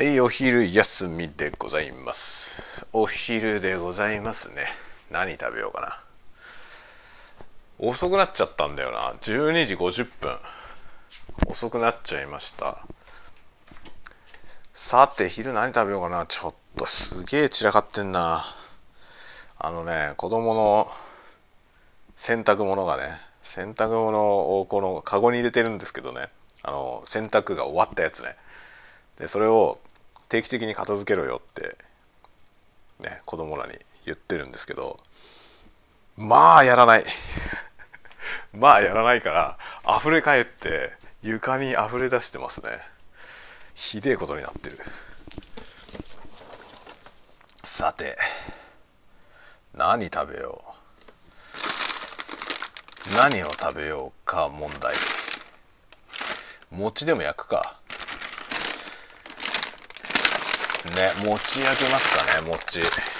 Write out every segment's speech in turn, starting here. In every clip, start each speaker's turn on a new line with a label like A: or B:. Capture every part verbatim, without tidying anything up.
A: はい、お昼休みでございます。お昼でございますね。何食べようかな。遅くなっちゃったんだよな。じゅうにじごじゅっぷん。遅くなっちゃいました。さて、昼何食べようかな。ちょっとすげえ散らかってんな。あのね、子供の洗濯物がね、洗濯物をこのカゴに入れてるんですけどね、あの洗濯が終わったやつね。でそれを定期的に片付けろよってね、子供らに言ってるんですけど、まあやらないまあやらないから溢れ返って床に溢れ出してますね。ひでえことになってる。さて何食べよう何を食べようか問題。餅でも焼くかね。餅焼けますかね。餅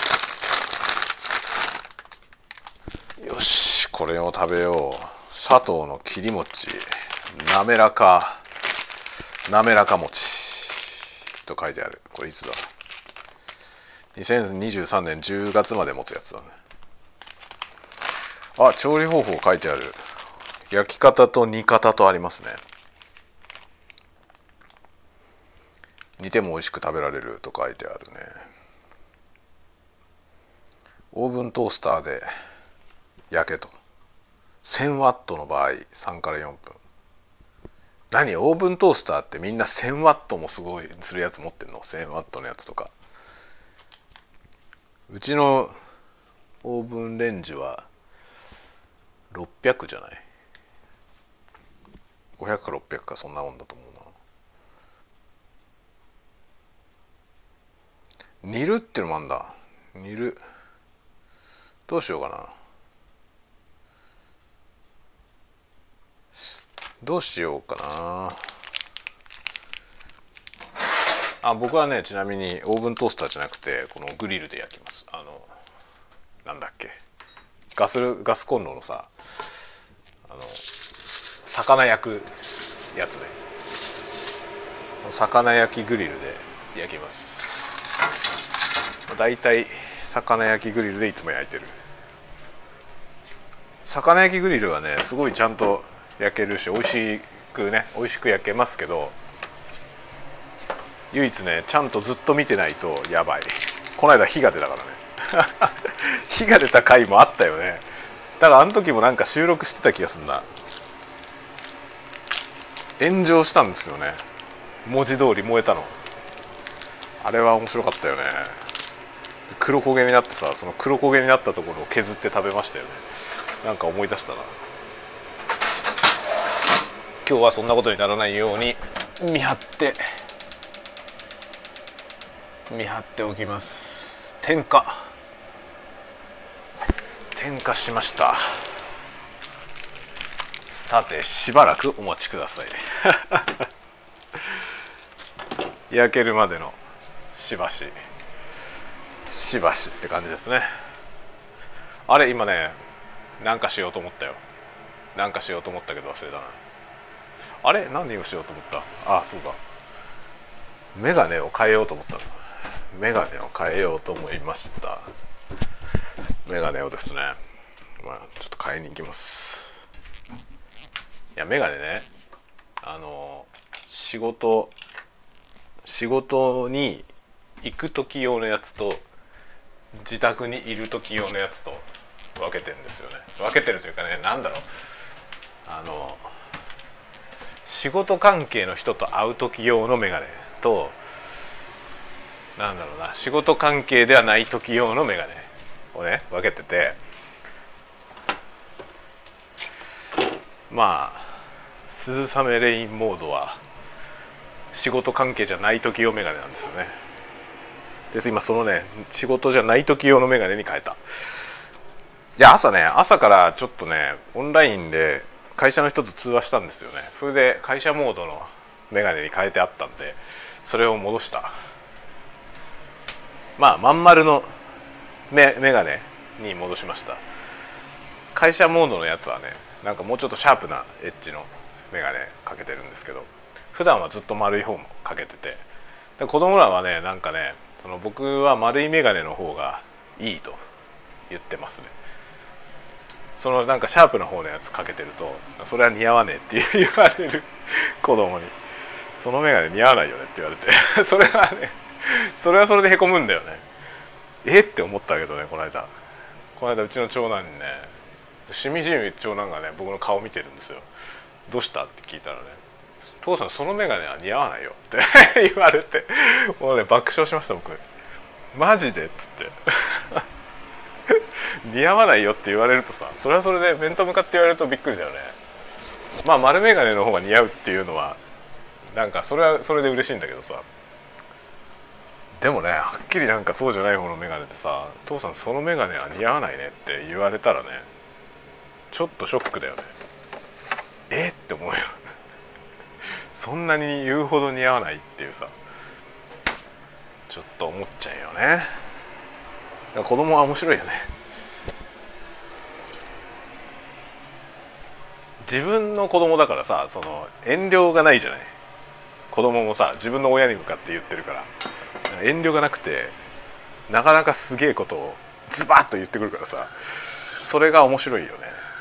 A: よし、これを食べよう。砂糖の切り餅、滑らか滑らか餅と書いてある。これいつだ。にせんにじゅうさんねんじゅうがつまで持つやつだね。あ、調理方法書いてある。焼き方と煮方とありますね。煮ても美味しく食べられると書いてあるね。オーブントースターで焼けと。せんワットの場合さんからよんぷん。何、オーブントースターってみんなせんワットもすごいするやつ持ってんの。せんワットのやつとか。うちのオーブンレンジはろっぴゃくじゃない、ごひゃくかろっぴゃくか、そんなもんだと思うな。煮るってのもあんだ。煮るどうしようかな。どうしようかな。あ、僕はね、ちなみにオーブントースターじゃなくてこのグリルで焼きます。あのなんだっけ、ガスガスコンロのさ、あの魚焼くやつね。魚焼きグリルで焼きます。だいたい魚焼きグリルでいつも焼いてる。魚焼きグリルはね、すごいちゃんと焼けるし美味しくね美味しく焼けますけど、唯一ね、ちゃんとずっと見てないとやばい。この間火が出たからね火が出た回もあったよね。だからあの時もなんか収録してた気がするな。炎上したんですよね。文字通り燃えたの。あれは面白かったよね。黒焦げになってさ、その黒焦げになったところを削って食べましたよね。なんか思い出したな。今日はそんなことにならないように見張って見張っておきます。点火点火しました。さてしばらくお待ちください焼けるまでのしばししばしって感じですね。あれ、今ね、なんかしようと思ったよ。なんかしようと思ったけど忘れたな。あれ、何をしようと思った。あ、そうだ、メガネを変えようと思ったの。メガネを変えようと思いました。メガネをですね、まあちょっと買いに行きます。いや、メガネね、あの仕事仕事に行く時用のやつと自宅にいる時用のやつと分けてるんですよね。分けてるというかね、なんだろう、あの仕事関係の人と会う時用のメガネと、なんだろうな、仕事関係ではない時用のメガネをね分けてて、まあ鈴雨レインモードは仕事関係じゃない時用メガネなんですよね。で今そのね、仕事じゃない時用のメガネに変えた。いや、朝ね朝からちょっとねオンラインで会社の人と通話したんですよね。それで会社モードのメガネに変えてあったんで、それを戻した。まあまん丸の メ, メガネに戻しました。会社モードのやつはね、なんかもうちょっとシャープなエッジのメガネかけてるんですけど、普段はずっと丸い方もかけてて、 で子供らはねなんかねその僕は丸い眼鏡の方がいいと言ってますね。そのなんかシャープな方のやつかけてるとそれは似合わねえって言われる子供に、その眼鏡似合わないよねって言われてそれはねそれはそれでへこむんだよね。えって思ったけどね、この間この間うちの長男にね、しみじみ長男がね僕の顔見てるんですよ。どうしたって聞いたらね、父さんその眼鏡は似合わないよって言われて、もうね爆笑しました僕。マジでっつって似合わないよって言われるとさ、それはそれで面と向かって言われるとびっくりだよね。まあ丸眼鏡の方が似合うっていうのはなんかそれはそれで嬉しいんだけどさ、でもねはっきりなんかそうじゃない方の眼鏡でさ、父さんその眼鏡は似合わないねって言われたらねちょっとショックだよね。えって思うよそんなに言うほど似合わないっていうさ、ちょっと思っちゃうよね。子供は面白いよね。自分の子供だからさ、その遠慮がないじゃない。子供もさ自分の親に向かって言ってるから遠慮がなくて、なかなかすげえことをズバッと言ってくるからさ、それが面白いよね。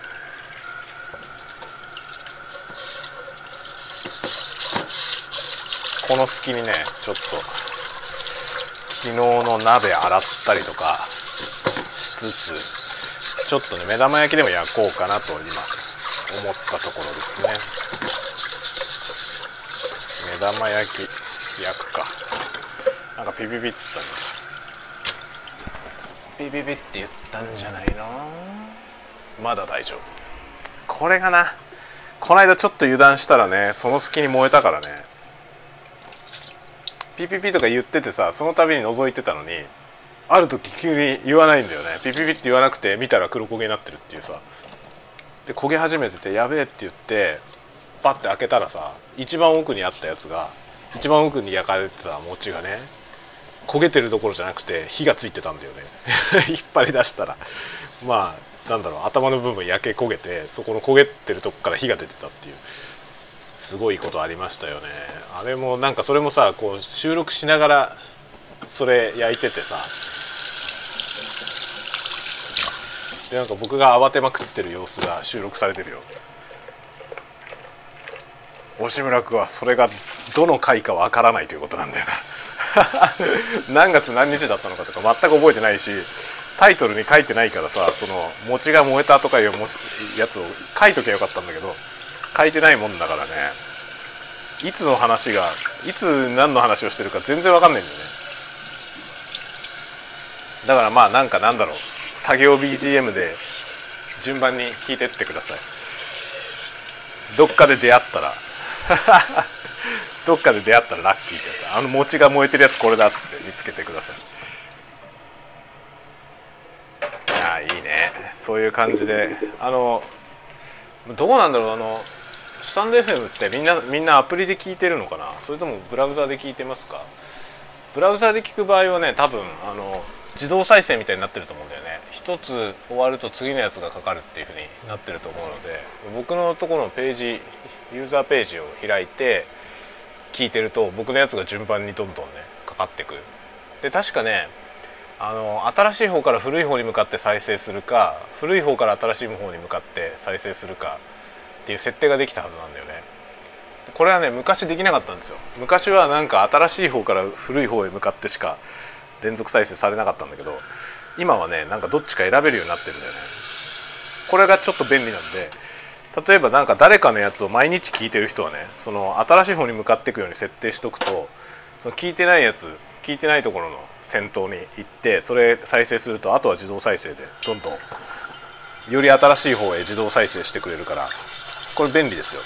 A: この隙にねちょっと昨日の鍋洗ったりとかしつつ、ちょっとね目玉焼きでも焼こうかなと今思ったところですね。目玉焼き焼くか。なんかピピピっつったね。ピピピって言ったんじゃないの。まだ大丈夫。これがな、この間ちょっと油断したらねその隙に燃えたからね。ピピピとか言っててさ、その度に覗いてたのにある時急に言わないんだよね。ピピピって言わなくて見たら黒焦げになってるっていうさ。で焦げ始めててやべえって言ってパッて開けたらさ、一番奥にあったやつが、一番奥に焼かれてた餅がね焦げてるどころじゃなくて火がついてたんだよね引っ張り出したらまあなんだろう、頭の部分焼け焦げて、そこの焦げてるとこから火が出てたっていう、すごいことありましたよね。あれもなんかそれもさ、こう収録しながらそれ焼いててさ、でなんか僕が慌てまくってる様子が収録されてるよ。押村君はそれがどの回かわからないということなんだよな何月何日だったのかとか全く覚えてないし、タイトルに書いてないからさ、その餅が燃えたとかいうやつを書いときゃよかったんだけど書いてないもんだからね、いつの話がいつ何の話をしてるか全然わかんないんだよね。だからまあなんかなんだろう、作業 ビージーエム で順番に聞いてってください。どっかで出会ったらどっかで出会ったらラッキーってやつ、あの餅が燃えてるやつこれだっつって見つけてください。ああいいね、そういう感じで、あのどうなんだろう、あのスタンド エフエム ってみんなみんなアプリで聞いてるのかな、それともブラウザで聞いてますか。ブラウザで聞く場合はね多分あの自動再生みたいになってると思うんだよね。一つ終わると次のやつがかかるっていう風になってると思うので、僕のところのページユーザーページを開いて聞いてると僕のやつが順番にどんどんねかかってくる。で確かね、あの新しい方から古い方に向かって再生するか、古い方から新しい方に向かって再生するかっていう設定ができたはずなんだよね。これはね昔できなかったんですよ。昔はなんか新しい方から古い方へ向かってしか連続再生されなかったんだけど、今はねなんかどっちか選べるようになってるんだよね。これがちょっと便利なんで、例えばなんか誰かのやつを毎日聞いてる人はね、その新しい方に向かっていくように設定しとくと、その聞いてないやつ、聞いてないところの先頭に行ってそれ再生すると、あとは自動再生でどんどんより新しい方へ自動再生してくれるから、これ便利ですよ。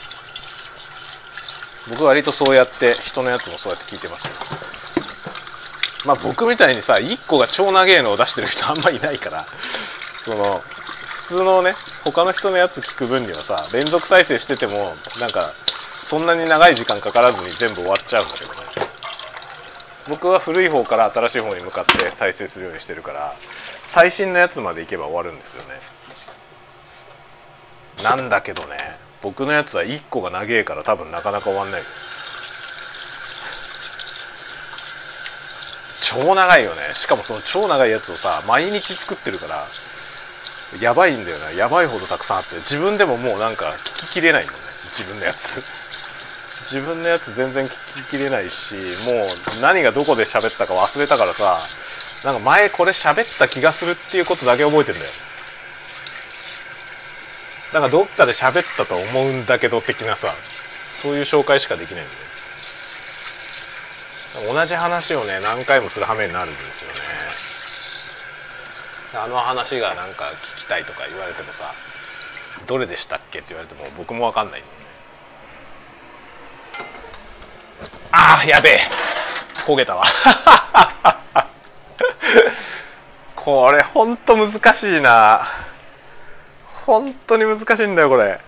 A: 僕は割とそうやって人のやつもそうやって聞いてますよ。まあ僕みたいにさいっこが超長えのを出してる人あんまりいないから、その普通のね他の人のやつ聞く分にはさ連続再生しててもなんかそんなに長い時間かからずに全部終わっちゃうんだけどね。僕は古い方から新しい方に向かって再生するようにしてるから、最新のやつまでいけば終わるんですよね。なんだけどね、僕のやつはいっこが長えから多分なかなか終わんない。 超長いよね。しかもその超長いやつをさ毎日作ってるからやばいんだよな。やばいほどたくさんあって自分でももうなんか聞ききれないもんね。自分のやつ自分のやつ全然聞ききれないし、もう何がどこで喋ったか忘れたからさ、なんか前これ喋った気がするっていうことだけ覚えてんだよ。なんかどっかで喋ったと思うんだけど的なさ、そういう紹介しかできないんで、同じ話をね何回もする羽目になるんですよね。あの話がなんか聞きたいとか言われてもさ、どれでしたっけって言われても僕も分かんない。あーやべえ焦げたわこれほんと難しいな。本当に難しいんだよこれ。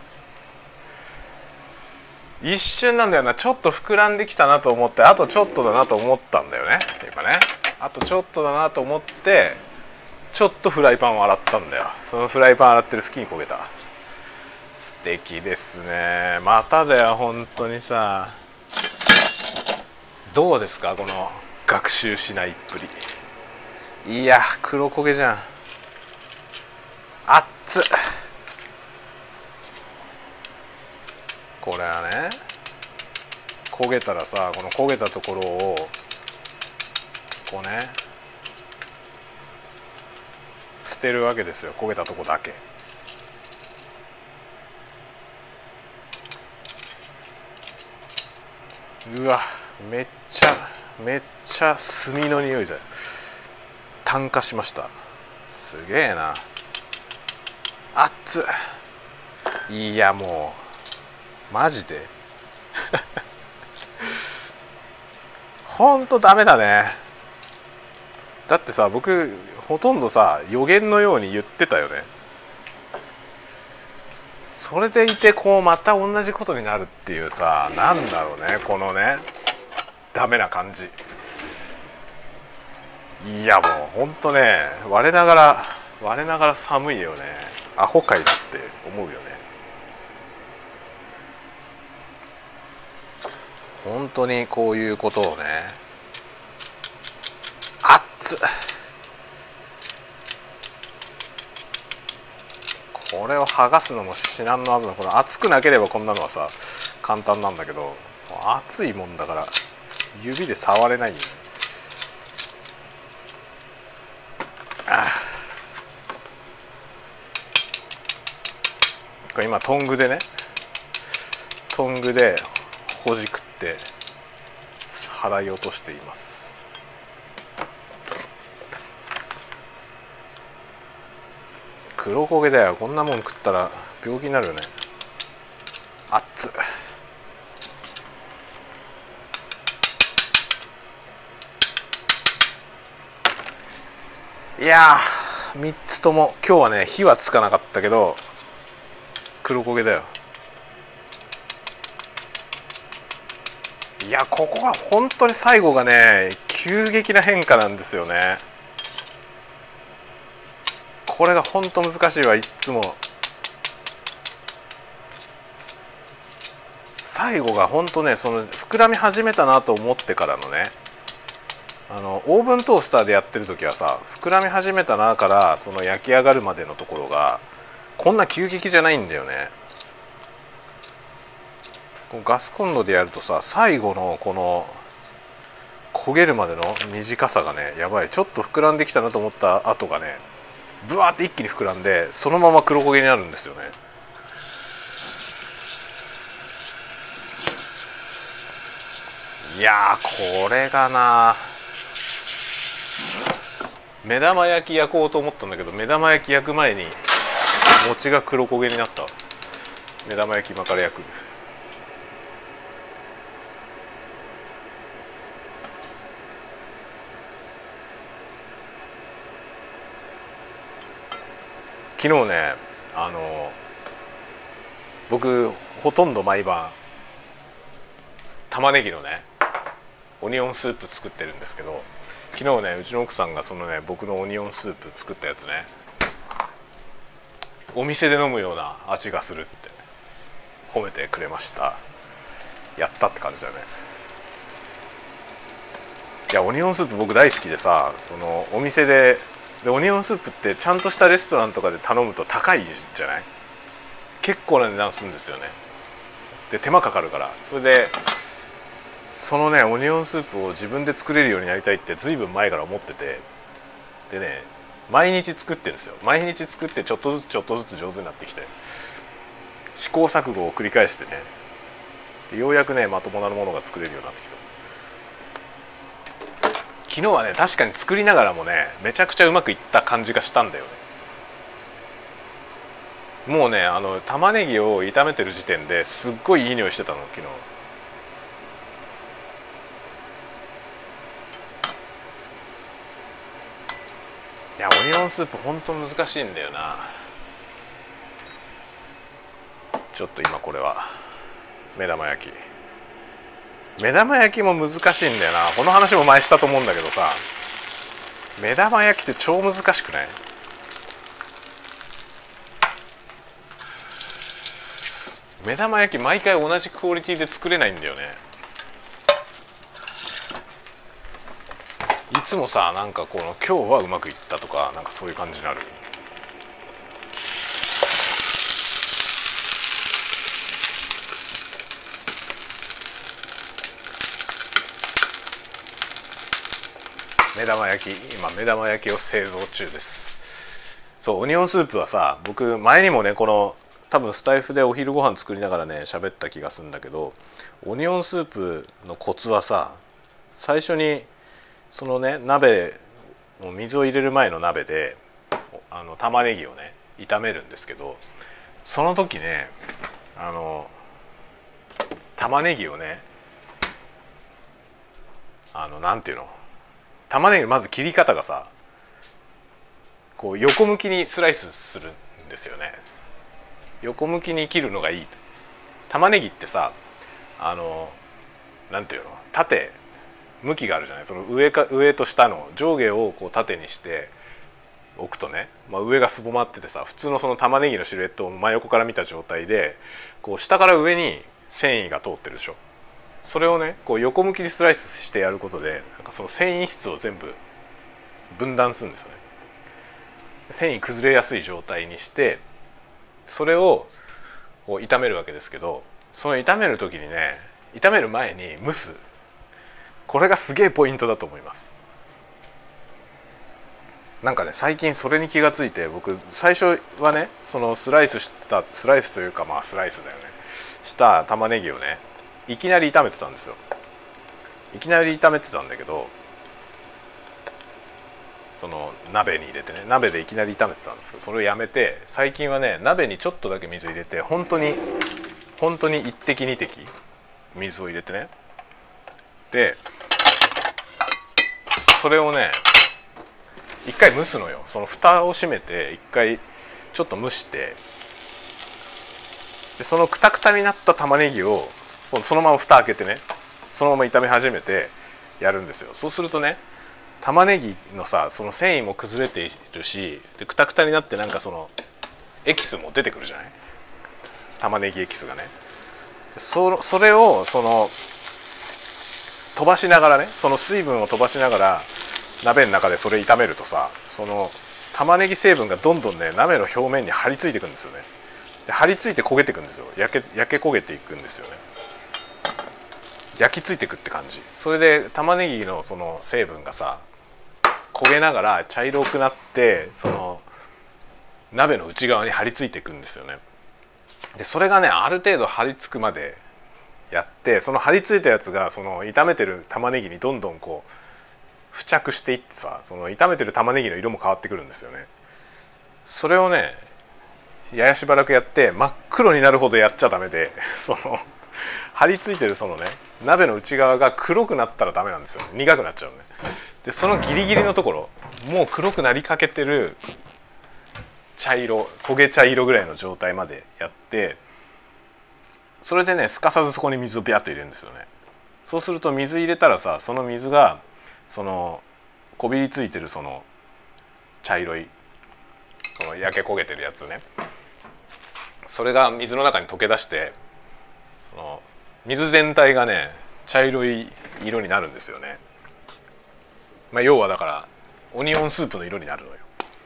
A: 一瞬なんだよな。ちょっと膨らんできたなと思って、あとちょっとだなと思ったんだよね今ね。あとちょっとだなと思ってちょっとフライパンを洗ったんだよ。そのフライパン洗ってる隙に焦げた。素敵ですね。まただよ本当にさ。どうですかこの学習しないっぷり。いや黒焦げじゃん。あっつ。これはね焦げたらさ、この焦げたところをこうね捨てるわけですよ。焦げたとこだけ。うわめっちゃめっちゃ炭の匂いだよ。炭化しました。すげえな。あっつ。いやもうマジでほんとダメだね。だってさ僕ほとんどさ予言のように言ってたよね。それでいてこうまた同じことになるっていうさ、なんだろうねこのねダメな感じ。いやもうほんとね我ながら我ながら寒いよね。アホかいだって思うよね。本当にこういうことをね。あっつ。これを剥がすのも至難のはずだ。この熱くなければこんなのはさ簡単なんだけど、熱いもんだから指で触れないんだよね。あこれ今トングでねトングでほじくって払い落としています。黒焦げだよ。こんなもん食ったら病気になるよね。あっつ。いやーみっつとも今日はね火はつかなかったけど黒焦げだよ。いやここが本当に最後がね急激な変化なんですよね。これが本当難しいわ。いっつも最後が本当ねその膨らみ始めたなと思ってからのね、あのオーブントースターでやってる時はさ膨らみ始めたなからその焼き上がるまでのところがこんな急激じゃないんだよね。ガスコンロでやるとさ最後のこの焦げるまでの短さがねやばい。ちょっと膨らんできたなと思った後がねブワーって一気に膨らんでそのまま黒焦げになるんですよね。いやーこれがな目玉焼き焼こうと思ったんだけど目玉焼き焼く前に餅が黒焦げになった。目玉焼き今から焼く。昨日ねあの僕ほとんど毎晩玉ねぎのねオニオンスープ作ってるんですけど、昨日ねうちの奥さんがそのね僕のオニオンスープ作ったやつねお店で飲むような味がするって褒めてくれました。やったって感じだよね。 いやオニオンスープ僕大好きでさ、そのお店ででオニオンスープってちゃんとしたレストランとかで頼むと高いじゃない。結構な値段するんですよね。で手間かかるから、それでそのねオニオンスープを自分で作れるようになりたいってずいぶん前から思ってて、でね毎日作ってるんですよ。毎日作ってちょっとずつちょっとずつ上手になってきて、試行錯誤を繰り返してね、でようやくねまともなものが作れるようになってきた。昨日はね確かに作りながらもねめちゃくちゃうまくいった感じがしたんだよね。もうねあの玉ねぎを炒めてる時点ですっごいいい匂いしてたの昨日。いやオニオンスープほんと難しいんだよな。ちょっと今これは目玉焼き目玉焼きも難しいんだよな。この話も前したと思うんだけどさ、目玉焼きって超難しくない？目玉焼き毎回同じクオリティで作れないんだよね。いつもさなんかこの今日はうまくいったとかなんかそういう感じになる。目玉焼き今目玉焼きを製造中です。そうオニオンスープはさ、僕前にもねこの多分スタイフでお昼ご飯作りながらね喋った気がするんだけど、オニオンスープのコツはさ、最初にそのね鍋もう水を入れる前の鍋であの玉ねぎをね炒めるんですけど、その時ねあの玉ねぎをねあのなんていうの玉ねぎのまず切り方がさこう横向きにスライスするんですよね。横向きに切るのがいい。玉ねぎってさあのなんていうの縦向きがあるじゃない。その上か上と下の上下をこう縦にして置くとね、まあ、上がすぼまっててさ、普通のその玉ねぎのシルエットを真横から見た状態でこう下から上に繊維が通ってるでしょ。それをねこう横向きにスライスしてやることでなんかその繊維質を全部分断するんですよね。繊維崩れやすい状態にしてそれをこう炒めるわけですけど、その炒める時にね炒める前に蒸す、これがすげえポイントだと思います。なんかね最近それに気がついて、僕最初はねそのスライスしたスライスというかまあスライスだよねした玉ねぎをねいきなり炒めてたんですよ。いきなり炒めてたんだけど、その鍋に入れてね鍋でいきなり炒めてたんですけど、それをやめて最近はね鍋にちょっとだけ水入れて本当に本当にいってきにてき水を入れてね、でそれをね一回蒸すのよ。その蓋を閉めて一回ちょっと蒸して、でそのクタクタになった玉ねぎをそのまま蓋開けてねそのまま炒め始めてやるんですよ。そうするとね玉ねぎのさその繊維も崩れているし、でクタクタになってなんかそのエキスも出てくるじゃない、玉ねぎエキスがね。そ, それをその飛ばしながらねその水分を飛ばしながら鍋の中でそれ炒めるとさ、その玉ねぎ成分がどんどんね鍋の表面に張り付いていくんですよね。で張り付いて焦げていくんですよ。焼け焼け焦げていくんですよね。焼き付いていくって感じ。それで玉ねぎのその成分がさ焦げながら茶色くなってその鍋の内側に張り付いていくんですよね。でそれがねある程度張り付くまでやって、その張り付いたやつがその炒めてる玉ねぎにどんどんこう付着していってさ、その炒めてる玉ねぎの色も変わってくるんですよね。それをねややしばらくやって真っ黒になるほどやっちゃダメで、その張り付いてるそのね鍋の内側が黒くなったらダメなんですよ。苦くなっちゃうね。でそのギリギリのところもう黒くなりかけてる茶色焦げ茶色ぐらいの状態までやって、それでねすかさずそこに水をビャッと入れるんですよね。そうすると水入れたらさその水がそのこびりついてるその茶色いその焼け焦げてるやつね、それが水の中に溶け出してその水全体がね茶色い色になるんですよね。 まあ要はだからオニオンスープの色になるのよ。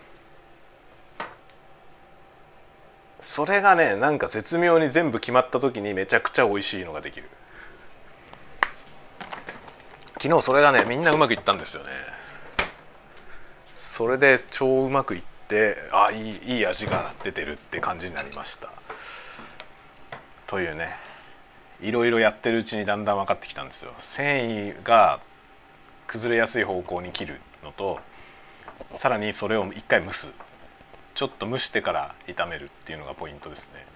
A: それがねなんか絶妙に全部決まった時にめちゃくちゃ美味しいのができる。昨日それがねみんなうまくいったんですよね。それで超うまくいって、あいいいい味が出てるって感じになりましたというね、いろいろやってるうちにだんだん分かってきたんですよ。繊維が崩れやすい方向に切るのと、さらにそれを一回蒸す、ちょっと蒸してから炒めるっていうのがポイントですね。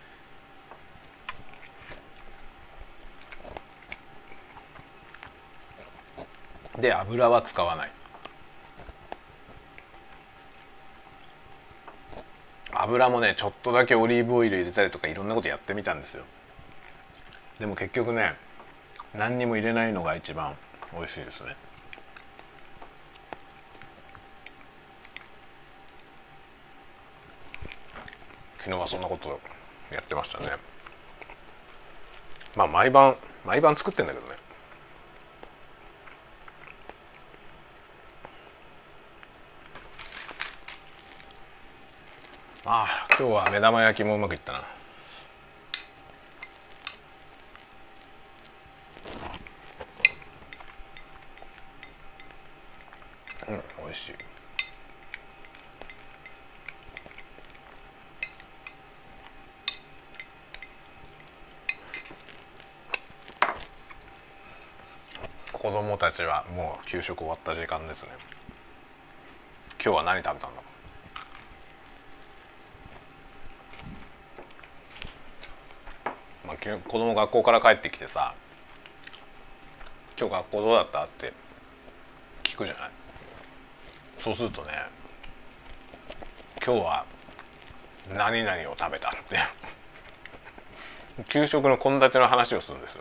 A: で油は使わない。油もねちょっとだけオリーブオイル入れたりとかいろんなことやってみたんですよ。でも結局ね何にも入れないのが一番美味しいですね。昨日はそんなことやってましたね。まあ毎晩毎晩作ってんだけどね。ああ今日は目玉焼きもうまくいったな。うん美味しい。子供たちはもう給食終わった時間ですね。今日は何食べたんだ。まあ、子供学校から帰ってきてさ、今日学校どうだったって聞くじゃない。そうするとね、今日は何々を食べたって給食の献立の話をするんですよ。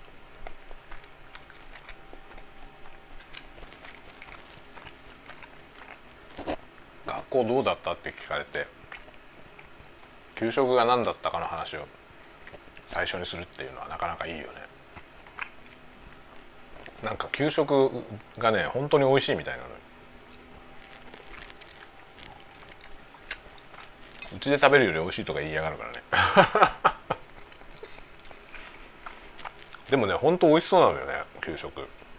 A: 学校どうだったって聞かれて給食が何だったかの話を最初にするっていうのはなかなかいいよね。なんか給食がね本当に美味しいみたいなの。うちで食べるより美味しいとか言いやがるからねでもね本当美味しそうなのよね給食。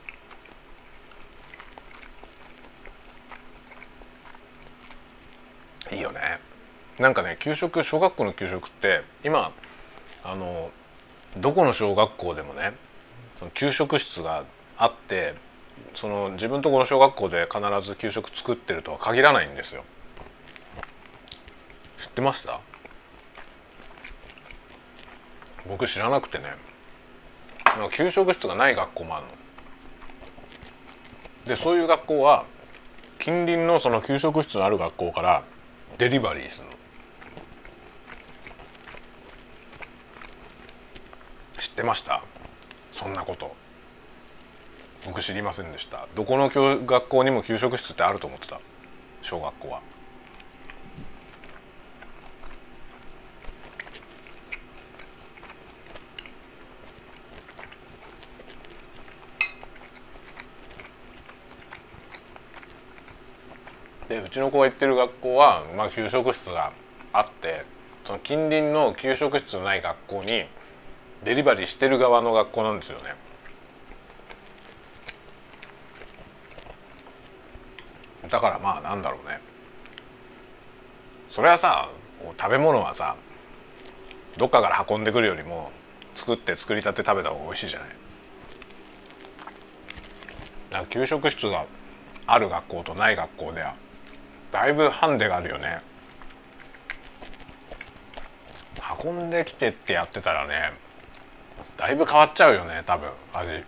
A: いいよね。なんかね給食小学校の給食って今あのどこの小学校でもねその給食室があって、その自分とこの小学校で必ず給食作ってるとは限らないんですよ。知ってました？僕知らなくてね、なんか給食室がない学校もあるので、そういう学校は近隣のその給食室のある学校からデリバリーするの。知ってました？そんなこと僕知りませんでした。どこの教学校にも給食室ってあると思ってた、小学校は。でうちの子が行ってる学校は、まあ、給食室があって、その近隣の給食室のない学校にデリバリーしてる側の学校なんですよね。だからまあなんだろうね、それはさ食べ物はさどっかから運んでくるよりも作って作りたて食べた方が美味しいじゃない。だから給食室がある学校とない学校ではだいぶハンデがあるよね。運んできてってやってたらねだいぶ変わっちゃうよね多分味。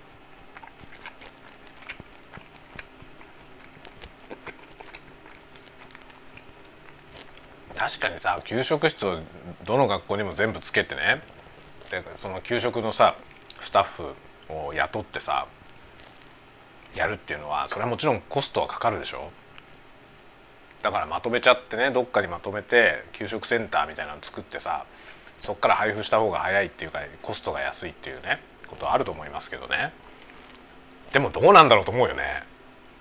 A: 確かにさ給食室をどの学校にも全部つけてね、でその給食のさスタッフを雇ってさやるっていうのはそれはもちろんコストはかかるでしょ。だからまとめちゃってね、どっかにまとめて給食センターみたいなの作ってさ、そっから配布した方が早いっていうかコストが安いっていうねことはあると思いますけどね。でもどうなんだろうと思うよね。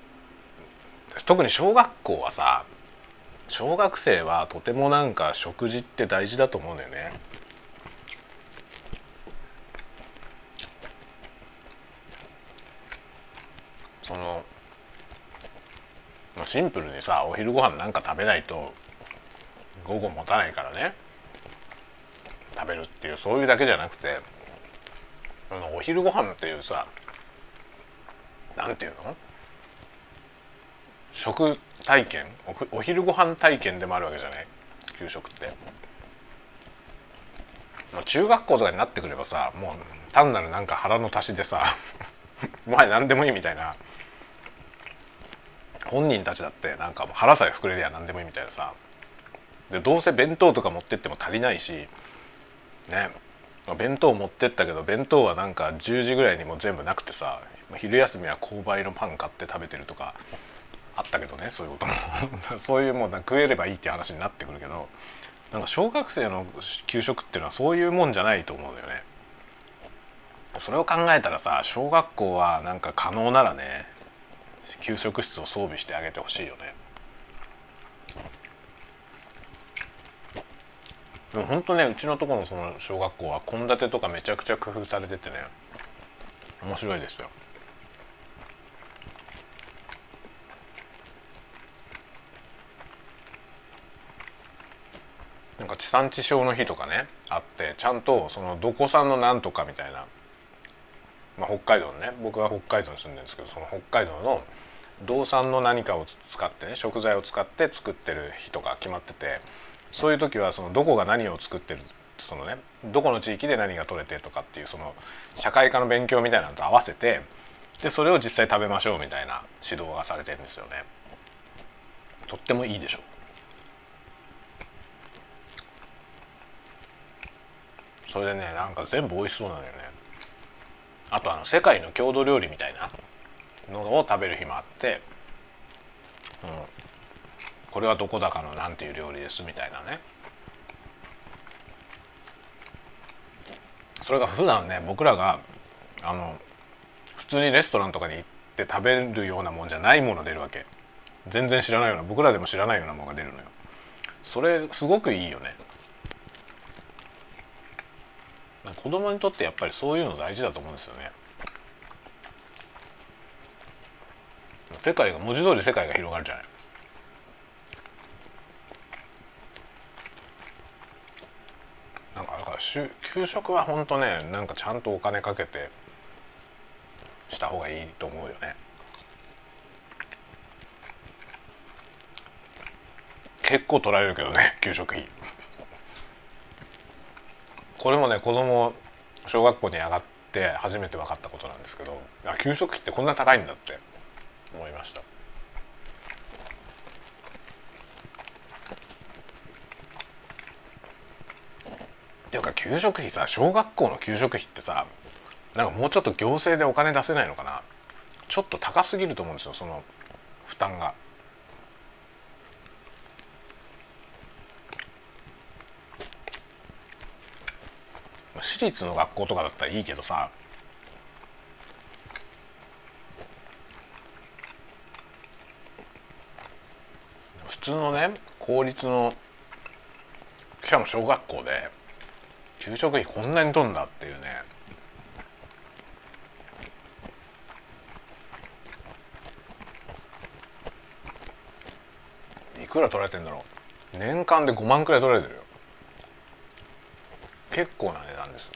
A: 特に小学校はさ、小学生はとてもなんか食事って大事だと思うんだよね。そのシンプルにさ、お昼ご飯なんか食べないと午後持たないからね、食べるっていう、そういうだけじゃなくて、お昼ご飯っていうさ、なんていうの、食体験、お、お昼ご飯体験でもあるわけじゃない、給食って。もう中学校とかになってくればさ、もう単なるなんか腹の足しでさもはや何でもいいみたいな、本人たちだってなんかもう腹さえ膨れりゃ何でもいいみたいなさ、でどうせ弁当とか持ってっても足りないしね、弁当持ってったけど弁当はなんかじゅうじぐらいにも全部なくてさ、昼休みは購買のパン買って食べてるとかあったけどね、そういうこともそういうもう食えればいいっていう話になってくるけど、なんか小学生の給食っていうのはそういうもんじゃないと思うんだよね。それを考えたらさ、小学校はなんか可能ならね、給食室を装備してあげてほしいよね。でも本当ね、うちのところのその小学校は献立とかめちゃくちゃ工夫されててね、面白いですよ。なんか地産地消の日とかねあって、ちゃんとそのどこ産のなんとかみたいな、まあ、北海道のね、僕は北海道に住んでるんですけど、その北海道の道産の何かを使ってね、食材を使って作ってる日とか決まってて、そういう時はそのどこが何を作ってる、そのね、どこの地域で何が取れてとかっていう、その社会科の勉強みたいなのと合わせて、でそれを実際食べましょうみたいな指導がされてるんですよね。とってもいいでしょ。それでね、なんか全部美味しそうなのよね。あとあの世界の郷土料理みたいなのを食べる日もあって、うん、これはどこだかのなんていう料理ですみたいなね。それが普段ね、僕らがあの普通にレストランとかに行って食べるようなもんじゃないもの出るわけ。全然知らないような、僕らでも知らないようなものが出るのよ。それすごくいいよね。子供にとってやっぱりそういうの大事だと思うんですよね。世界が文字通り世界が広がるじゃない。なんかだから給食は本当ね、なんかちゃんとお金かけてした方がいいと思うよね。結構取られるけどね、給食費。これもね、子供小学校に上がって初めて分かったことなんですけど、給食費ってこんな高いんだって思いました。っていうか給食費さ、小学校の給食費ってさ、なんかもうちょっと行政でお金出せないのかな。ちょっと高すぎると思うんですよ、その負担が。私立の学校とかだったらいいけどさ、普通のね、公立のしかも小学校で給食費こんなに取るんだっていうね。いくら取られてんだろう。年間でごまんくらい取られてるよ。結構な値段ですね。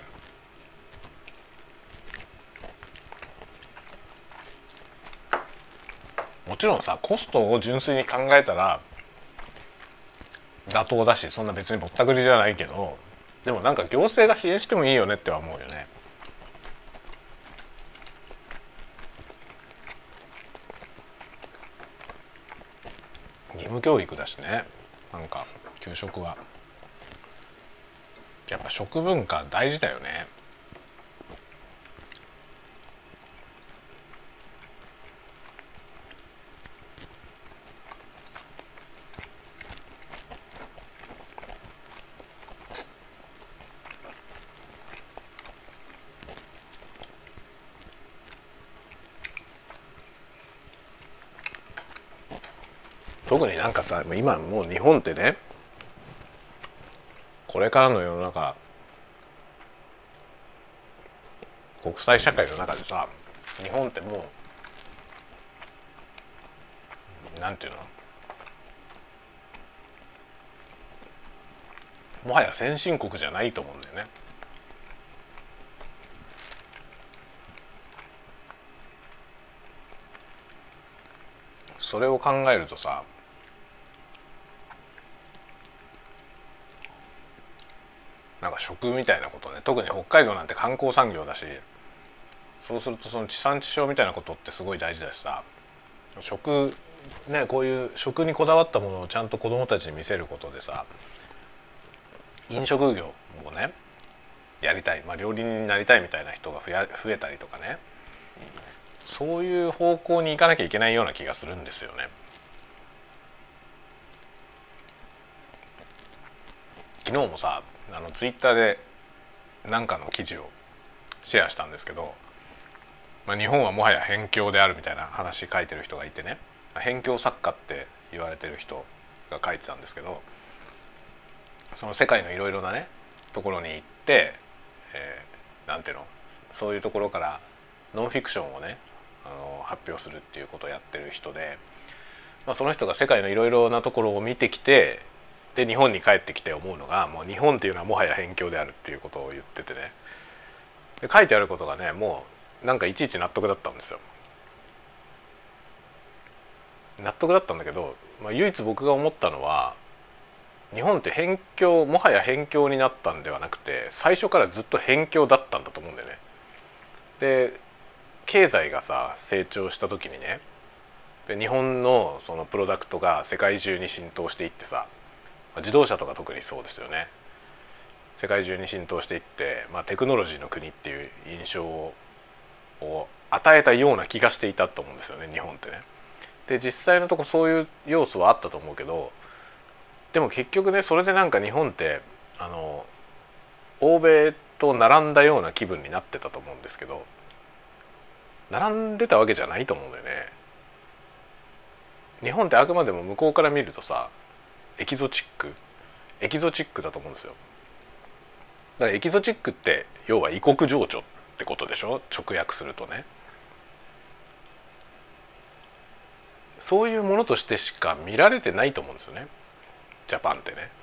A: もちろんさ、コストを純粋に考えたら妥当だし、そんな別にぼったくりじゃないけど、でもなんか行政が支援してもいいよねっては思うよね。義務教育だしね。なんか給食はやっぱ食文化大事だよね。 特になんかさ今もう日本ってね、これからの世の中国際社会の中でさ、日本ってもうなんていうの、もはや先進国じゃないと思うんだよね。それを考えるとさ、なんか食みたいなことね、特に北海道なんて観光産業だし、そうするとその地産地消みたいなことってすごい大事だしさ、食ね、こういう食にこだわったものをちゃんと子どもたちに見せることでさ、飲食業をねやりたい、まあ、料理人になりたいみたいな人が増や増えたりとかね、そういう方向に行かなきゃいけないような気がするんですよね。昨日もさ、あのツイッターで何かの記事をシェアしたんですけど、まあ、日本はもはや辺境であるみたいな話書いてる人がいてね、辺境作家って言われてる人が書いてたんですけど、その世界のいろいろなねところに行って、えー、なんていうの、そういうところからノンフィクションをねあの発表するっていうことをやってる人で、まあ、その人が世界のいろいろなところを見てきて、で日本に帰ってきて思うのが、もう日本っていうのはもはや辺境であるっていうことを言っててね、で書いてあることがねもうなんかいちいち納得だったんですよ。納得だったんだけど、まあ、唯一僕が思ったのは、日本って辺境、もはや辺境になったんではなくて、最初からずっと辺境だったんだと思うんだよね。で経済がさ成長した時にね、で日本のそのプロダクトが世界中に浸透していってさ、自動車とか特にそうですよね。世界中に浸透していって、まあ、テクノロジーの国っていう印象を与えたような気がしていたと思うんですよね、日本ってね。で実際のとこそういう要素はあったと思うけど、でも結局ねそれでなんか日本ってあの欧米と並んだような気分になってたと思うんですけど、並んでたわけじゃないと思うんだよね。日本ってあくまでも向こうから見るとさ、エキゾチックエキゾチックだと思うんですよ。だからエキゾチックって要は異国情緒ってことでしょ、直訳するとね。そういうものとしてしか見られてないと思うんですよね、ジャパンってね。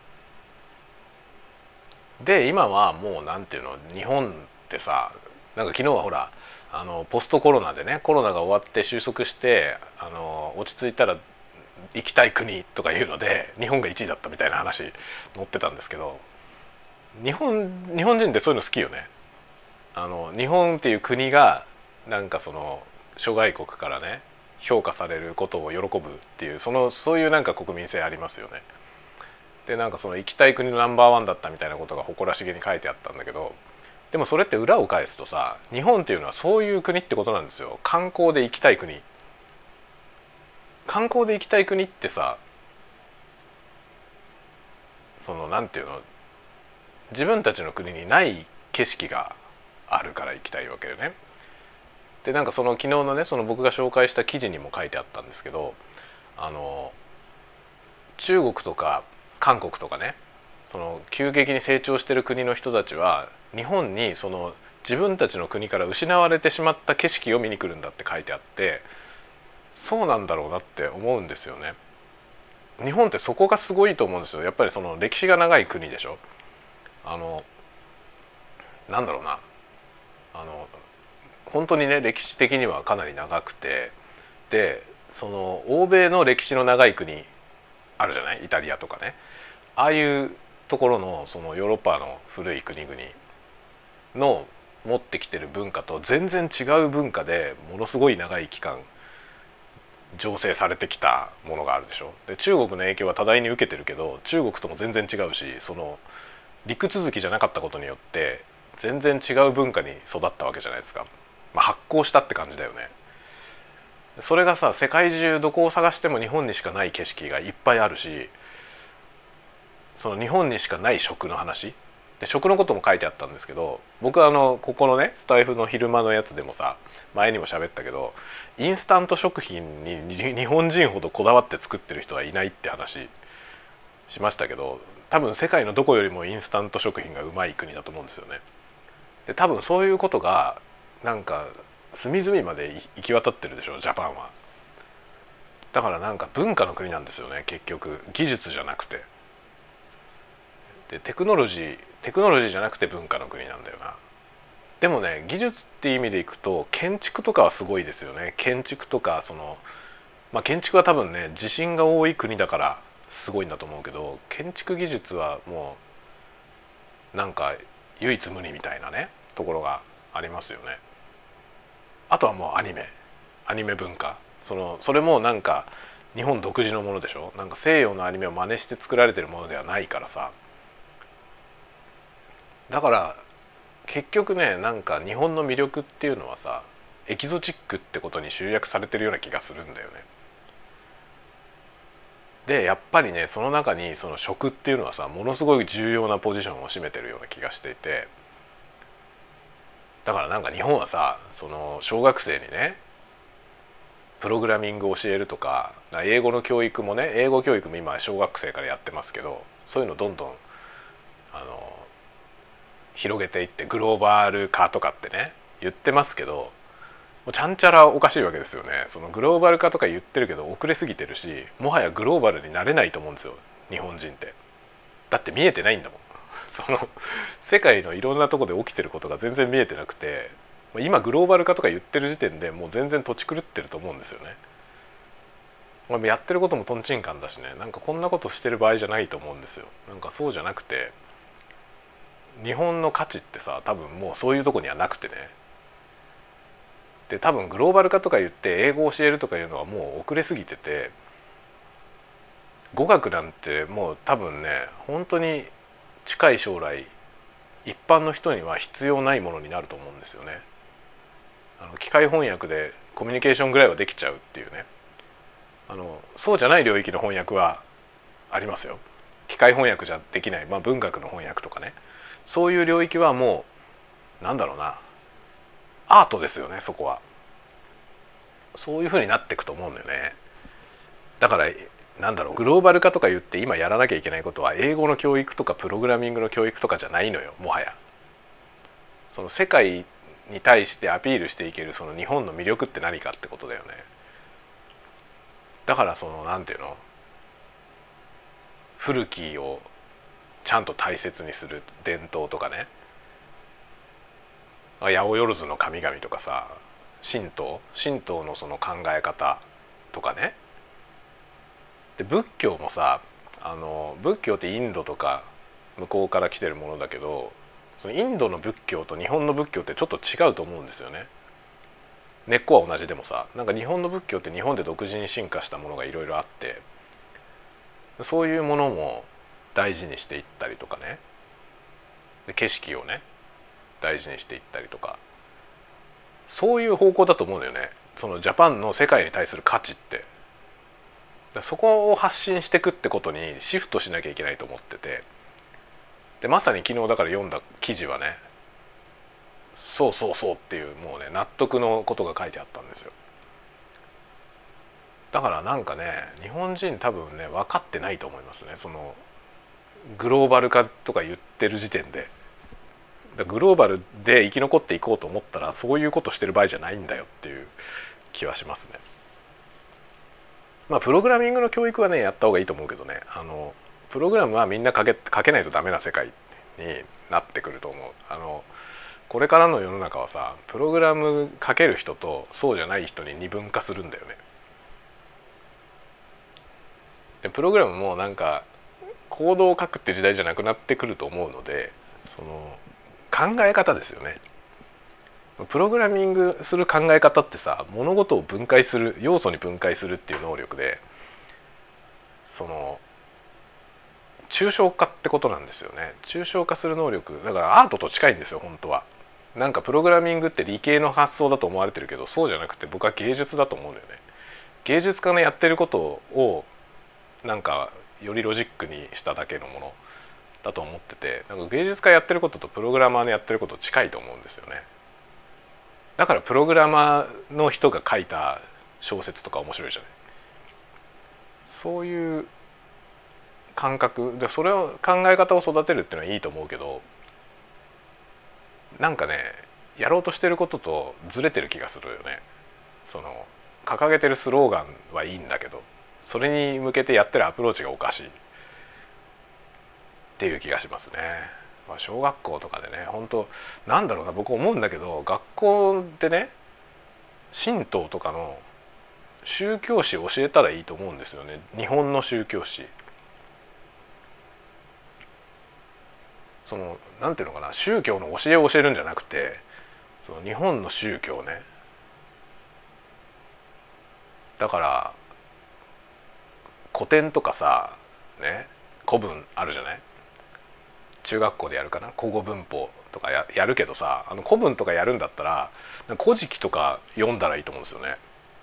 A: で今はもうなんていうの、日本ってさ、なんか昨日はほらあのポストコロナでね、コロナが終わって収束してあの落ち着いたら行きたい国とかいうので日本がいちいだったみたいな話載ってたんですけど、日本日本人ってそういうの好きよね。あの日本っていう国がなんかその諸外国からね評価されることを喜ぶっていう、そのそういうなんか国民性ありますよね。でなんかその行きたい国のナンバーワンだったみたいなことが誇らしげに書いてあったんだけど、でもそれって裏を返すとさ、日本っていうのはそういう国ってことなんですよ。観光で行きたい国、観光で行きたい国ってさ、そのなんていうの、自分たちの国にない景色があるから行きたいわけよね。でなんかその昨日のねその僕が紹介した記事にも書いてあったんですけど、あの中国とか韓国とかね、その急激に成長してる国の人たちは日本にその自分たちの国から失われてしまった景色を見に来るんだって書いてあって、そうなんだろうなって思うんですよね。日本ってそこがすごいと思うんですよ。やっぱりその歴史が長い国でしょ。あのなんだろうな、あの本当にね歴史的にはかなり長くて、でその欧米の歴史の長い国あるじゃない、イタリアとかね、ああいうところのそのヨーロッパの古い国々の持ってきてる文化と全然違う文化でものすごい長い期間醸成されてきたものがあるでしょ。で中国の影響は多大に受けてるけど、中国とも全然違うし、その陸続きじゃなかったことによって全然違う文化に育ったわけじゃないですか。まあ、発酵したって感じだよね。それがさ、世界中どこを探しても日本にしかない景色がいっぱいあるし、その日本にしかない食の話で、食のことも書いてあったんですけど、僕はあのここのねスタイフの昼間のやつでもさ前にも喋ったけど、インスタント食品に日本人ほどこだわって作ってる人はいないって話しましたけど、多分世界のどこよりもインスタント食品がうまい国だと思うんですよね。で多分そういうことがなんか隅々まで行き渡ってるでしょジャパンは。だからなんか文化の国なんですよね結局、技術じゃなくて。でテクノロジーテクノロジーじゃなくて文化の国なんだよな。でもね技術っていう意味でいくと建築とかはすごいですよね。建築とかそのまあ建築は多分ね地震が多い国だからすごいんだと思うけど、建築技術はもうなんか唯一無二みたいなねところがありますよね。あとはもうアニメアニメ文化、そのそれもなんか日本独自のものでしょ。なんか西洋のアニメを真似して作られてるものではないからさ。だから結局ねなんか日本の魅力っていうのはさエキゾチックってことに集約されてるような気がするんだよね。でやっぱりねその中にその食っていうのはさものすごい重要なポジションを占めてるような気がしていて、だからなんか日本はさその小学生にねプログラミングを教えるとか英語の教育もね英語教育も今小学生からやってますけど、そういうのどんどんあの広げていってグローバル化とかってね言ってますけど、もうちゃんちゃらおかしいわけですよね。そのグローバル化とか言ってるけど遅れすぎてるし、もはやグローバルになれないと思うんですよ日本人って。だって見えてないんだもんその世界のいろんなとこで起きてることが全然見えてなくて、今グローバル化とか言ってる時点でもう全然土地狂ってると思うんですよね。やってることもとんちんかんだしね、なんかこんなことしてる場合じゃないと思うんですよ。なんかそうじゃなくて日本の価値ってさ多分もうそういうとこにはなくてね。で多分グローバル化とか言って英語を教えるとかいうのはもう遅れすぎてて、語学なんてもう多分ね本当に近い将来一般の人には必要ないものになると思うんですよね。あの機械翻訳でコミュニケーションぐらいはできちゃうっていうね。あのそうじゃない領域の翻訳はありますよ。機械翻訳じゃできない、まあ、文学の翻訳とかね、そういう領域はもうなんだろうなアートですよね。そこはそういう風になっていくと思うんだよね。だからなんだろうグローバル化とか言って今やらなきゃいけないことは英語の教育とかプログラミングの教育とかじゃないのよ。もはやその世界に対してアピールしていけるその日本の魅力って何かってことだよね。だからそのなんていうの古きをちゃんと大切にする伝統とかね、八百万の神々とかさ、神道神道のその考え方とかね。で仏教もさあの仏教ってインドとか向こうから来てるものだけど、そのインドの仏教と日本の仏教ってちょっと違うと思うんですよね。根っこは同じでもさ、なんか日本の仏教って日本で独自に進化したものがいろいろあって、そういうものも大事にしていったりとかね、で景色をね大事にしていったりとか、そういう方向だと思うんだよね。そのジャパンの世界に対する価値って、そこを発信していくってことにシフトしなきゃいけないと思ってて、でまさに昨日だから読んだ記事はね、そうそうそうっていうもうね納得のことが書いてあったんですよ。だからなんかね日本人多分ね分かってないと思いますね。そのグローバル化とか言ってる時点で、グローバルで生き残っていこうと思ったらそういうことしてる場合じゃないんだよっていう気はしますね。まあプログラミングの教育はねやった方がいいと思うけどね、あのプログラムはみんな書け、書けないとダメな世界になってくると思う。あのこれからの世の中はさプログラム書ける人とそうじゃない人に二分化するんだよね。でプログラムもなんかコードを書くって時代じゃなくなってくると思うので、その考え方ですよね。プログラミングする考え方ってさ物事を分解する要素に分解するっていう能力で、その抽象化ってことなんですよね。抽象化する能力だからアートと近いんですよ本当は。なんかプログラミングって理系の発想だと思われてるけどそうじゃなくて僕は芸術だと思うんだよね。芸術家のやってることをなんかよりロジックにしただけのものだと思ってて、なんか芸術家やってることとプログラマーのやってること近いと思うんですよね。だだからプログラマーの人が書いた小説とか面白いじゃない。そういう感覚で、それを考え方を育てるっていうのはいいと思うけど、なんかねやろうとしてることとずれてる気がするよね。その掲げてるスローガンはいいんだけど、それに向けてやってるアプローチがおかしいっていう気がしますね。まあ、小学校とかでね、本当なんだろうな、僕思うんだけど、学校でね神道とかの宗教史を教えたらいいと思うんですよね。日本の宗教史、そのなんていうのかな、宗教の教えを教えるんじゃなくて、その日本の宗教ね。だから古典とかさね、古文あるじゃない。中学校でやるかな、古語文法とか や, やるけどさ、あの古文とかやるんだったら古事記とか読んだらいいと思うんですよね。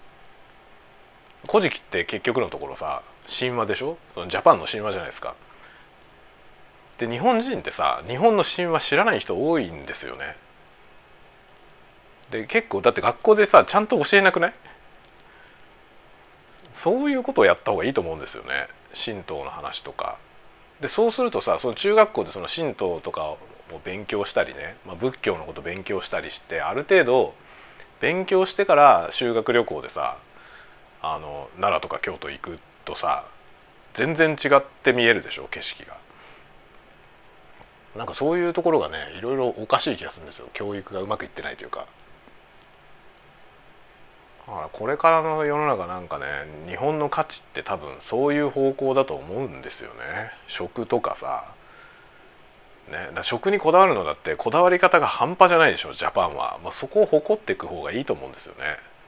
A: 古事記って結局のところさ神話でしょ。そのジャパンの神話じゃないですか。で日本人ってさ日本の神話知らない人多いんですよね。で結構だって学校でさちゃんと教えなくない？そういうことをやった方がいいと思うんですよね、神道の話とかで。そうするとさ、その中学校でその神道とかを勉強したりね、まあ、仏教のこと勉強したりして、ある程度勉強してから修学旅行でさあの奈良とか京都行くとさ全然違って見えるでしょ、景色が。なんかそういうところがねいろいろおかしい気がするんですよ、教育がうまくいってないというか。だからこれからの世の中なんかね、日本の価値って多分そういう方向だと思うんですよね。食とかさ、ね、だ食にこだわるのだってこだわり方が半端じゃないでしょジャパンは。まあ、そこを誇っていく方がいいと思うんですよ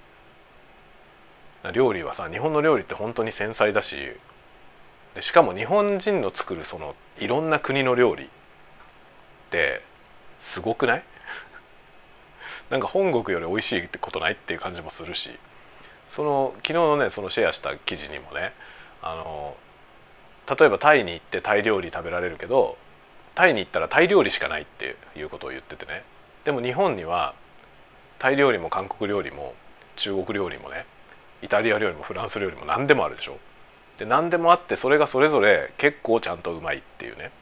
A: ね。料理はさ、日本の料理って本当に繊細だし、でしかも日本人の作るそのいろんな国の料理ってすごくない？なんか本国より美味しいってことないっていう感じもするし、その昨日のねそのシェアした記事にもね、あの例えばタイに行ってタイ料理食べられるけど、タイに行ったらタイ料理しかないっていうことを言っててね。でも日本にはタイ料理も韓国料理も中国料理もね、イタリア料理もフランス料理も何でもあるでしょ。で何でもあって、それがそれぞれ結構ちゃんとうまいっていうね、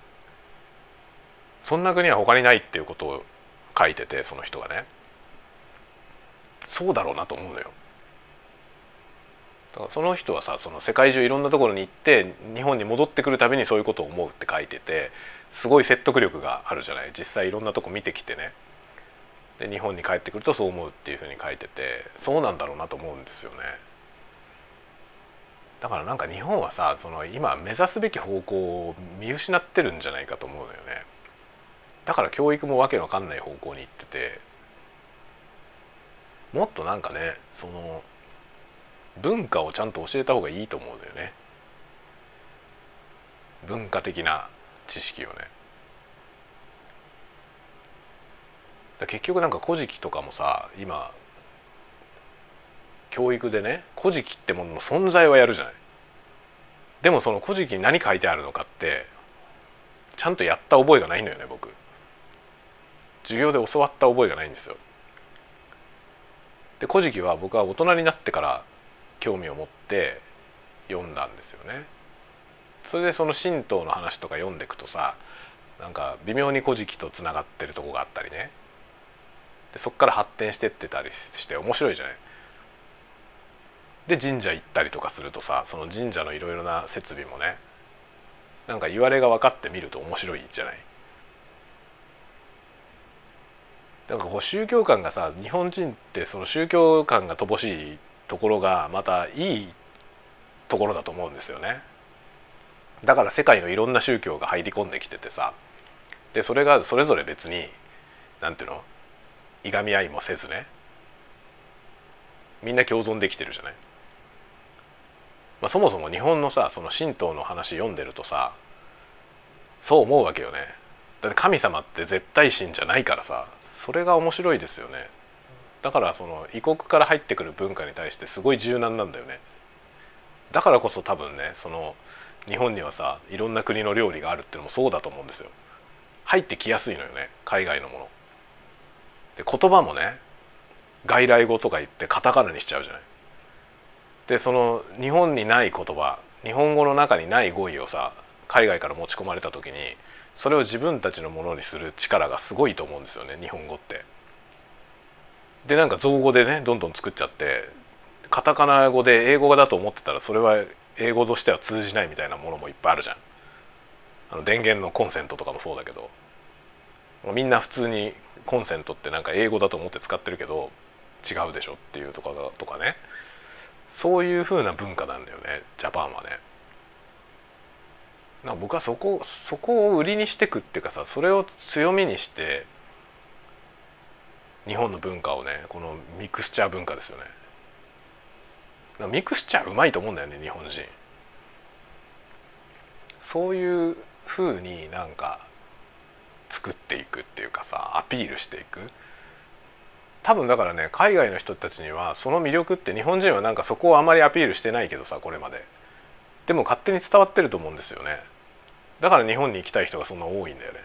A: そんな国は他にないっていうことを書いてて、その人がね、そうだろうなと思うのよ。だからその人はさ、その世界中いろんなところに行って日本に戻ってくるたびにそういうことを思うって書いてて、すごい説得力があるじゃない。実際いろんなとこ見てきてね、で日本に帰ってくるとそう思うっていうふうに書いてて、そうなんだろうなと思うんですよね。だからなんか日本はさ、その今目指すべき方向を見失ってるんじゃないかと思うのよね。だから教育もわけわかんない方向に行ってて、もっとなんかね、その文化をちゃんと教えた方がいいと思うんだよね。文化的な知識をね。だ結局なんか古事記とかもさ、今教育でね古事記ってものの存在はやるじゃない。でもその古事記に何書いてあるのかってちゃんとやった覚えがないのよね。僕授業で教わった覚えがないんですよ。で古事記は僕は大人になってから興味を持って読んだんですよね。それでその神道の話とか読んでいくとさ、なんか微妙に古事記とつながってるとこがあったりね、でそっから発展してってたりして面白いじゃない。で神社行ったりとかするとさ、その神社のいろいろな設備もね、なんか言われが分かってみると面白いじゃない。なんかこう宗教観がさ、日本人ってその宗教観が乏しいところがまたいいところだと思うんですよね。だから世界のいろんな宗教が入り込んできててさ、でそれがそれぞれ別になんていうの、いがみ合いもせずね、みんな共存できてるじゃない。まあ、そもそも日本のさ、その神道の話読んでるとさ、そう思うわけよね。だって神様って絶対神じゃないからさ、それが面白いですよね。だからその異国から入ってくる文化に対してすごい柔軟なんだよね。だからこそ多分ね、その日本にはさいろんな国の料理があるっていうのもそうだと思うんですよ。入ってきやすいのよね、海外のもので。言葉もね外来語とか言ってカタカナにしちゃうじゃない。でその日本にない言葉、日本語の中にない語彙をさ海外から持ち込まれた時にそれを自分たちのものにする力がすごいと思うんですよね、日本語って。でなんか造語でねどんどん作っちゃって、カタカナ語で英語だと思ってたらそれは英語としては通じないみたいなものもいっぱいあるじゃん。あの電源のコンセントとかもそうだけど、みんな普通にコンセントってなんか英語だと思って使ってるけど違うでしょっていうとかとかね、そういう風な文化なんだよねジャパンはね。なんか僕はそこそこを売りにしてくっていうかさ、それを強みにして日本の文化をね、このミクスチャー文化ですよね。ミクスチャーうまいと思うんだよね日本人。そういう風になんか作っていくっていうかさ、アピールしていく。多分だからね、海外の人たちにはその魅力って、日本人はなんかそこをあまりアピールしてないけどさ、これまででも勝手に伝わってると思うんですよね。だから日本に行きたい人がそんな多いんだよね。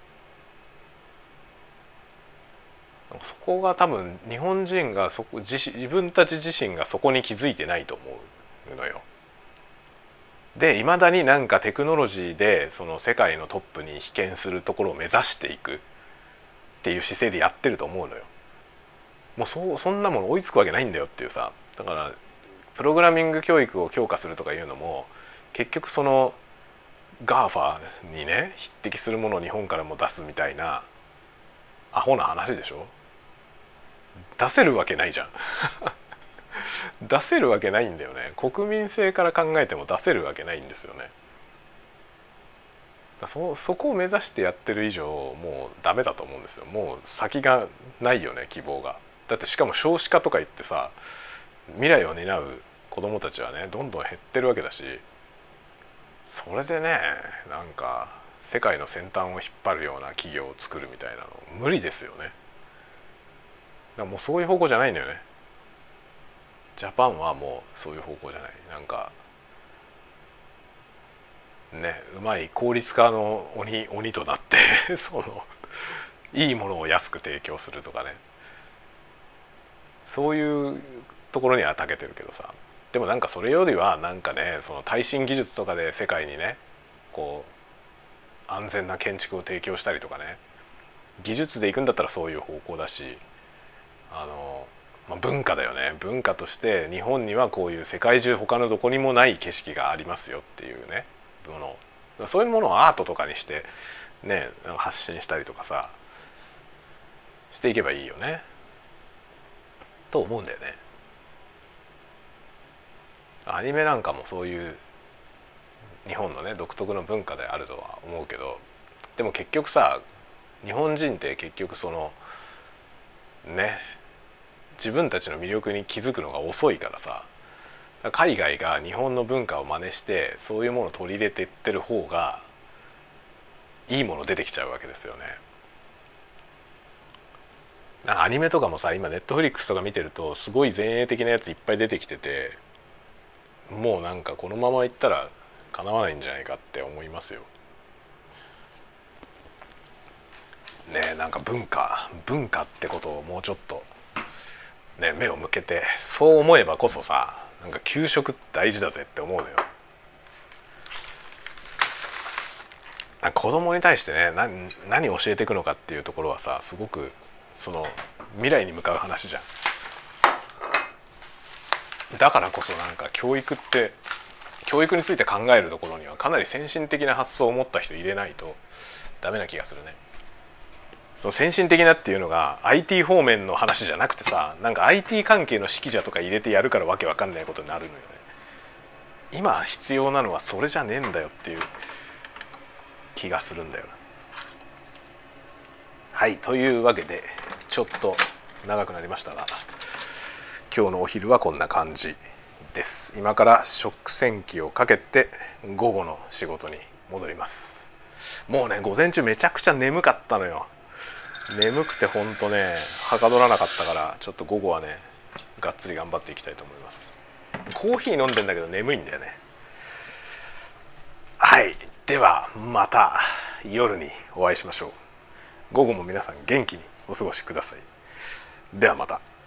A: そこが多分日本人がそこ 自, 自分たち自身がそこに気づいてないと思うのよ。でいまだになんかテクノロジーでその世界のトップに被験するところを目指していくっていう姿勢でやってると思うのよ。もう そ, そんなもの追いつくわけないんだよっていうさ。だからプログラミング教育を強化するとかいうのも結局その ガーファ にね匹敵するものを日本からも出すみたいなアホな話でしょ。出せるわけないじゃん出せるわけないんだよね。国民性から考えても出せるわけないんですよね。そ, そこを目指してやってる以上もうダメだと思うんですよ。もう先がないよね、希望が。だってしかも少子化とか言ってさ、未来を担う子どもたちはねどんどん減ってるわけだし、それでねなんか世界の先端を引っ張るような企業を作るみたいなの無理ですよね。だからもうそういう方向じゃないんだよね。ジャパンはもうそういう方向じゃない。なんかね、うまい効率化の鬼鬼となってそのいいものを安く提供するとかね、そういうところには長けてるけどさ。でもなんかそれよりはなんかね、その耐震技術とかで世界にねこう安全な建築を提供したりとかね、技術で行くんだったらそういう方向だし、あの、まあ、文化だよね。文化として日本にはこういう世界中他のどこにもない景色がありますよっていうねもの、そういうものをアートとかにしてね発信したりとかさしていけばいいよねと思うんだよね。アニメなんかもそういう日本のね独特の文化であるとは思うけど、でも結局さ日本人って結局そのね自分たちの魅力に気づくのが遅いからさ、海外が日本の文化を真似してそういうものを取り入れていってる方がいいもの出てきちゃうわけですよね。なんかアニメとかもさ今ネットフリックスとか見てるとすごい前衛的なやついっぱい出てきてて、もうなんかこのままいったらかなわないんじゃないかって思いますよね。えなんか文化文化ってことをもうちょっとね目を向けて、そう思えばこそさなんか給食大事だぜって思うのよ。子供に対してね 何, 何を教えていくのかっていうところはさすごくその未来に向かう話じゃん。だからこそなんか教育って教育について考えるところにはかなり先進的な発想を持った人入れないとダメな気がするね。その先進的なっていうのが アイティー 方面の話じゃなくてさ、なんか アイティー 関係の識者とか入れてやるからわけわかんないことになるのよね。今必要なのはそれじゃねえんだよっていう気がするんだよな。はいというわけでちょっと長くなりましたが今日のお昼はこんな感じです。今から食洗機をかけて午後の仕事に戻ります。もうね午前中めちゃくちゃ眠かったのよ。眠くてほんとねはかどらなかったから、ちょっと午後はねがっつり頑張っていきたいと思います。コーヒー飲んでんだけど眠いんだよね。はいではまた夜にお会いしましょう。午後も皆さん元気にお過ごしください。ではまた。